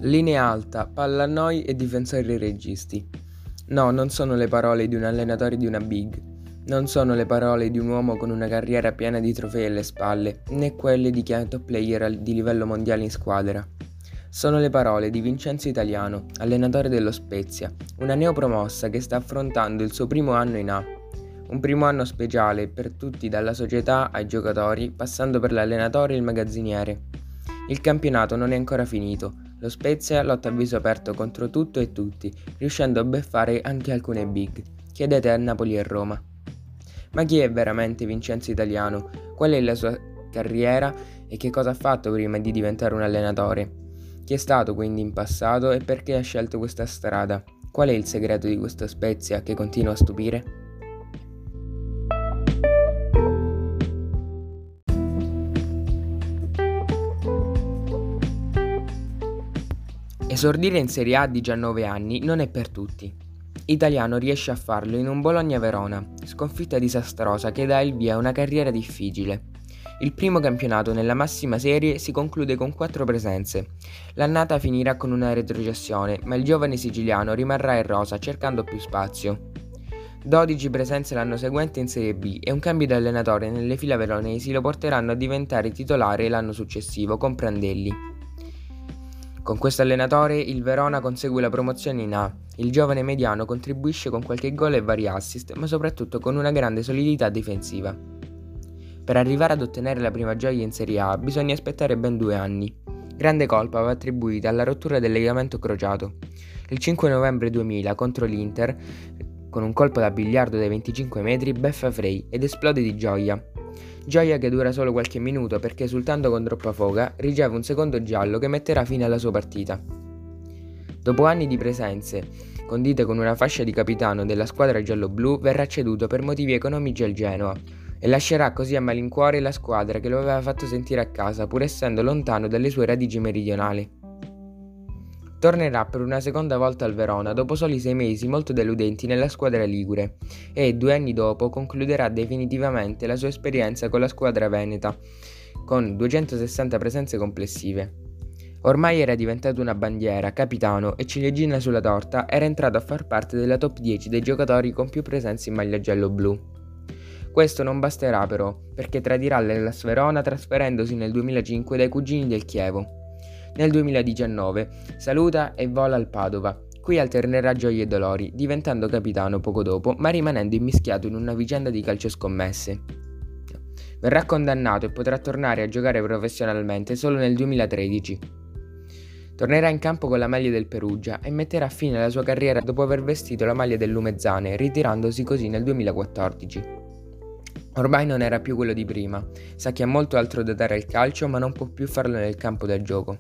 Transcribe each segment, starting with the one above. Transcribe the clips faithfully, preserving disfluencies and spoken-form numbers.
Linea alta, palla a noi e difensori registi. No, non sono le parole di un allenatore di una big. Non sono le parole di un uomo con una carriera piena di trofei alle spalle, né quelle di chi è top player di livello mondiale in squadra. Sono le parole di Vincenzo Italiano, allenatore dello Spezia, una neopromossa che sta affrontando il suo primo anno in A. Un primo anno speciale per tutti, dalla società ai giocatori, passando per l'allenatore e il magazziniere. Il campionato non è ancora finito. Lo Spezia lotta a viso aperto contro tutto e tutti, riuscendo a beffare anche alcune big. Chiedete a Napoli e Roma. Ma chi è veramente Vincenzo Italiano? Qual è la sua carriera e che cosa ha fatto prima di diventare un allenatore? Chi è stato quindi in passato e perché ha scelto questa strada? Qual è il segreto di questo Spezia che continua a stupire? Esordire in Serie A a diciannove anni non è per tutti. Italiano riesce a farlo in un Bologna-Verona, sconfitta disastrosa che dà il via a una carriera difficile. Il primo campionato nella massima serie si conclude con quattro presenze. L'annata finirà con una retrocessione, ma il giovane siciliano rimarrà in rosa cercando più spazio. dodici presenze l'anno seguente in Serie B e un cambio di allenatore nelle fila veronesi lo porteranno a diventare titolare l'anno successivo con Prandelli. Con questo allenatore il Verona consegue la promozione in A. Il giovane mediano contribuisce con qualche gol e vari assist, ma soprattutto con una grande solidità difensiva. Per arrivare ad ottenere la prima gioia in Serie A bisogna aspettare ben due anni. Grande colpa va attribuita alla rottura del legamento crociato. Il cinque novembre duemila contro l'Inter, con un colpo da biliardo dai venticinque metri, beffa Frey ed esplode di gioia. Gioia che dura solo qualche minuto perché, esultando con troppa foga, riceve un secondo giallo che metterà fine alla sua partita. Dopo anni di presenze, condite con una fascia di capitano della squadra giallo-blu, verrà ceduto per motivi economici al Genoa e lascerà così a malincuore la squadra che lo aveva fatto sentire a casa, pur essendo lontano dalle sue radici meridionali. Tornerà per una seconda volta al Verona dopo soli sei mesi molto deludenti nella squadra ligure e due anni dopo concluderà definitivamente la sua esperienza con la squadra veneta, con duecentosessanta presenze complessive. Ormai era diventato una bandiera, capitano e ciliegina sulla torta, era entrato a far parte della top dieci dei giocatori con più presenze in maglia giallo-blu. Questo non basterà però, perché tradirà l'Hellas Verona trasferendosi nel duemilacinque dai cugini del Chievo. Nel duemiladiciannove saluta e vola al Padova. Qui alternerà gioie e dolori, diventando capitano poco dopo, ma rimanendo immischiato in una vicenda di calcioscommesse. Verrà condannato e potrà tornare a giocare professionalmente solo nel duemilatredici. Tornerà in campo con la maglia del Perugia e metterà fine alla sua carriera dopo aver vestito la maglia del Lumezzane, ritirandosi così nel duemilaquattordici. Ormai non era più quello di prima, sa che ha molto altro da dare al calcio, ma non può più farlo nel campo del gioco.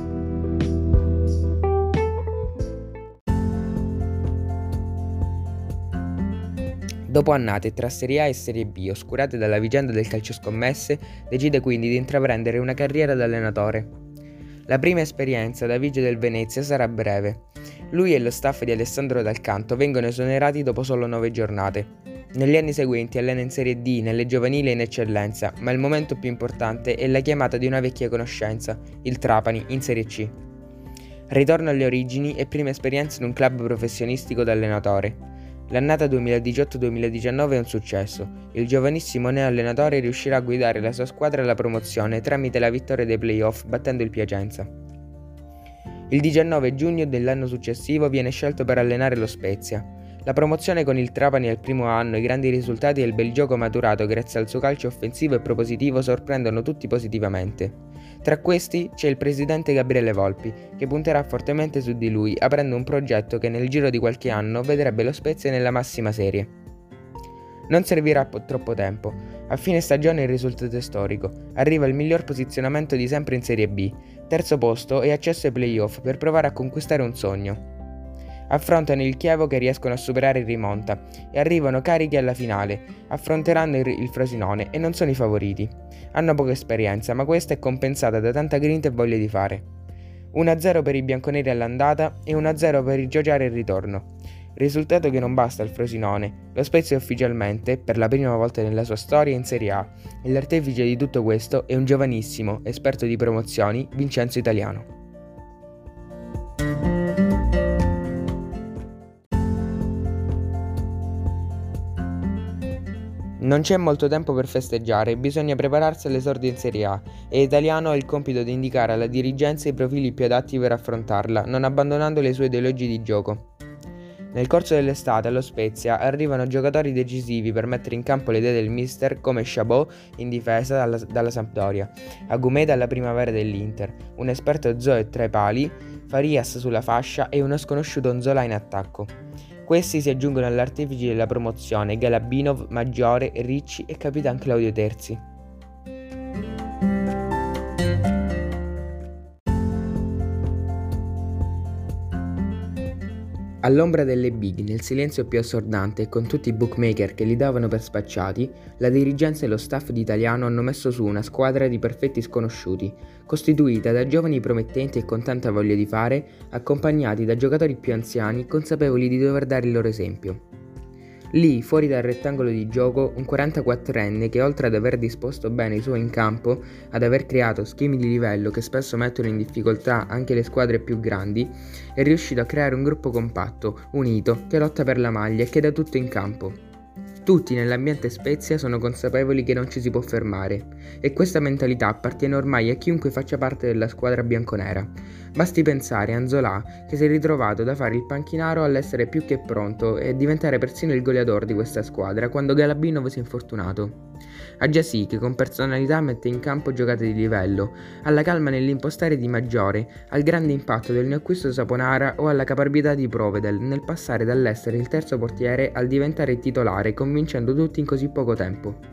Dopo annate tra Serie A e Serie B oscurate dalla vicenda del calcioscommesse, decide quindi di intraprendere una carriera da allenatore. La prima esperienza da vice del Venezia sarà breve. Lui e lo staff di Alessandro Dal Canto vengono esonerati dopo solo nove giornate. Negli anni seguenti allena in Serie D, nelle giovanili e in eccellenza, ma il momento più importante è la chiamata di una vecchia conoscenza, il Trapani, in Serie C. Ritorno alle origini e prima esperienza in un club professionistico da allenatore. L'annata duemiladiciotto duemiladiciannove è un successo. Il giovanissimo neo-allenatore riuscirà a guidare la sua squadra alla promozione tramite la vittoria dei playoff battendo il Piacenza. Il diciannove giugno dell'anno successivo viene scelto per allenare lo Spezia. La promozione con il Trapani al primo anno, i grandi risultati e il bel gioco maturato grazie al suo calcio offensivo e propositivo sorprendono tutti positivamente. Tra questi c'è il presidente Gabriele Volpi, che punterà fortemente su di lui, aprendo un progetto che nel giro di qualche anno vedrebbe lo Spezia nella massima serie. Non servirà po- troppo tempo. A fine stagione il risultato è storico. Arriva il miglior posizionamento di sempre in Serie B, terzo posto e accesso ai playoff per provare a conquistare un sogno. Affrontano il Chievo che riescono a superare in rimonta e arrivano carichi alla finale, affronteranno il, il Frosinone e non sono i favoriti. Hanno poca esperienza, ma questa è compensata da tanta grinta e voglia di fare. uno a zero per i bianconeri all'andata e uno a zero per il Giugiare il ritorno. Risultato che non basta al Frosinone. Lo Spezia ufficialmente, per la prima volta nella sua storia, in Serie A e l'artefice di tutto questo è un giovanissimo, esperto di promozioni, Vincenzo Italiano. Non c'è molto tempo per festeggiare, bisogna prepararsi all'esordio in Serie A e Italiano ha il compito di indicare alla dirigenza i profili più adatti per affrontarla, non abbandonando le sue ideologie di gioco. Nel corso dell'estate allo Spezia arrivano giocatori decisivi per mettere in campo le idee del mister come Chabot in difesa dalla, dalla Sampdoria, Agumeda alla primavera dell'Inter, un esperto Zoe tra i pali, Farias sulla fascia e uno sconosciuto Nzola in attacco. Questi si aggiungono all'artefici della promozione Galabinov, Maggiore, Ricci e Capitan Claudio Terzi. All'ombra delle big, nel silenzio più assordante e con tutti i bookmaker che li davano per spacciati, la dirigenza e lo staff di Italiano hanno messo su una squadra di perfetti sconosciuti, costituita da giovani promettenti e con tanta voglia di fare, accompagnati da giocatori più anziani consapevoli di dover dare il loro esempio. Lì, fuori dal rettangolo di gioco, un quarantaquattrenne che oltre ad aver disposto bene i suoi in campo, ad aver creato schemi di livello che spesso mettono in difficoltà anche le squadre più grandi, è riuscito a creare un gruppo compatto, unito, che lotta per la maglia e che dà tutto in campo. Tutti nell'ambiente Spezia sono consapevoli che non ci si può fermare, e questa mentalità appartiene ormai a chiunque faccia parte della squadra bianconera. Basti pensare a Nzola, che si è ritrovato da fare il panchinaro all'essere più che pronto e diventare persino il goleador di questa squadra quando Galabinov si è infortunato. A Giasì, che con personalità mette in campo giocate di livello, alla calma nell'impostare di Maggiore, al grande impatto del neoacquisto Saponara o alla caparbietà di Provedel nel passare dall'essere il terzo portiere al diventare il titolare, convincendo tutti in così poco tempo.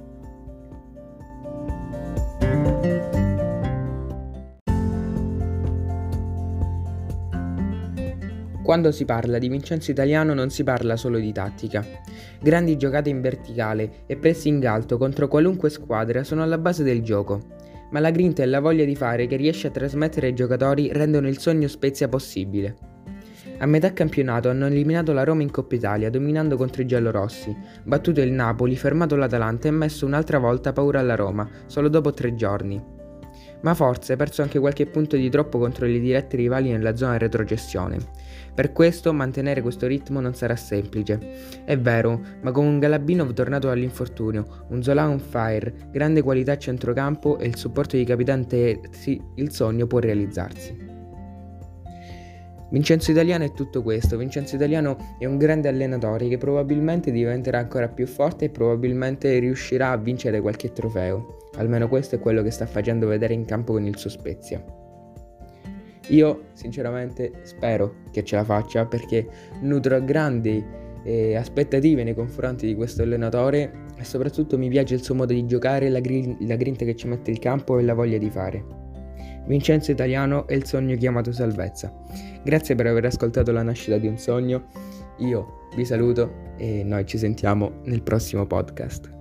Quando si parla di Vincenzo Italiano non si parla solo di tattica. Grandi giocate in verticale e pressing alto contro qualunque squadra sono alla base del gioco, ma la grinta e la voglia di fare che riesce a trasmettere ai giocatori rendono il sogno Spezia possibile. A metà campionato hanno eliminato la Roma in Coppa Italia dominando contro i giallorossi, battuto il Napoli, fermato l'Atalanta e messo un'altra volta paura alla Roma, solo dopo tre giorni. Ma forse ha perso anche qualche punto di troppo contro le dirette rivali nella zona retrocessione. Per questo mantenere questo ritmo non sarà semplice. È vero, ma con un Galabinov tornato dall'infortunio, un Zola on fire, grande qualità a centrocampo e il supporto di Capitan Terzi, il sogno può realizzarsi. Vincenzo Italiano è tutto questo. Vincenzo Italiano è un grande allenatore che probabilmente diventerà ancora più forte e probabilmente riuscirà a vincere qualche trofeo. Almeno questo è quello che sta facendo vedere in campo con il suo Spezia. Io sinceramente spero che ce la faccia perché nutro grandi eh, aspettative nei confronti di questo allenatore e soprattutto mi piace il suo modo di giocare, la, grin- la grinta che ci mette il campo e la voglia di fare. Vincenzo Italiano è il sogno chiamato salvezza. Grazie per aver ascoltato la nascita di un sogno. Io vi saluto e noi ci sentiamo nel prossimo podcast.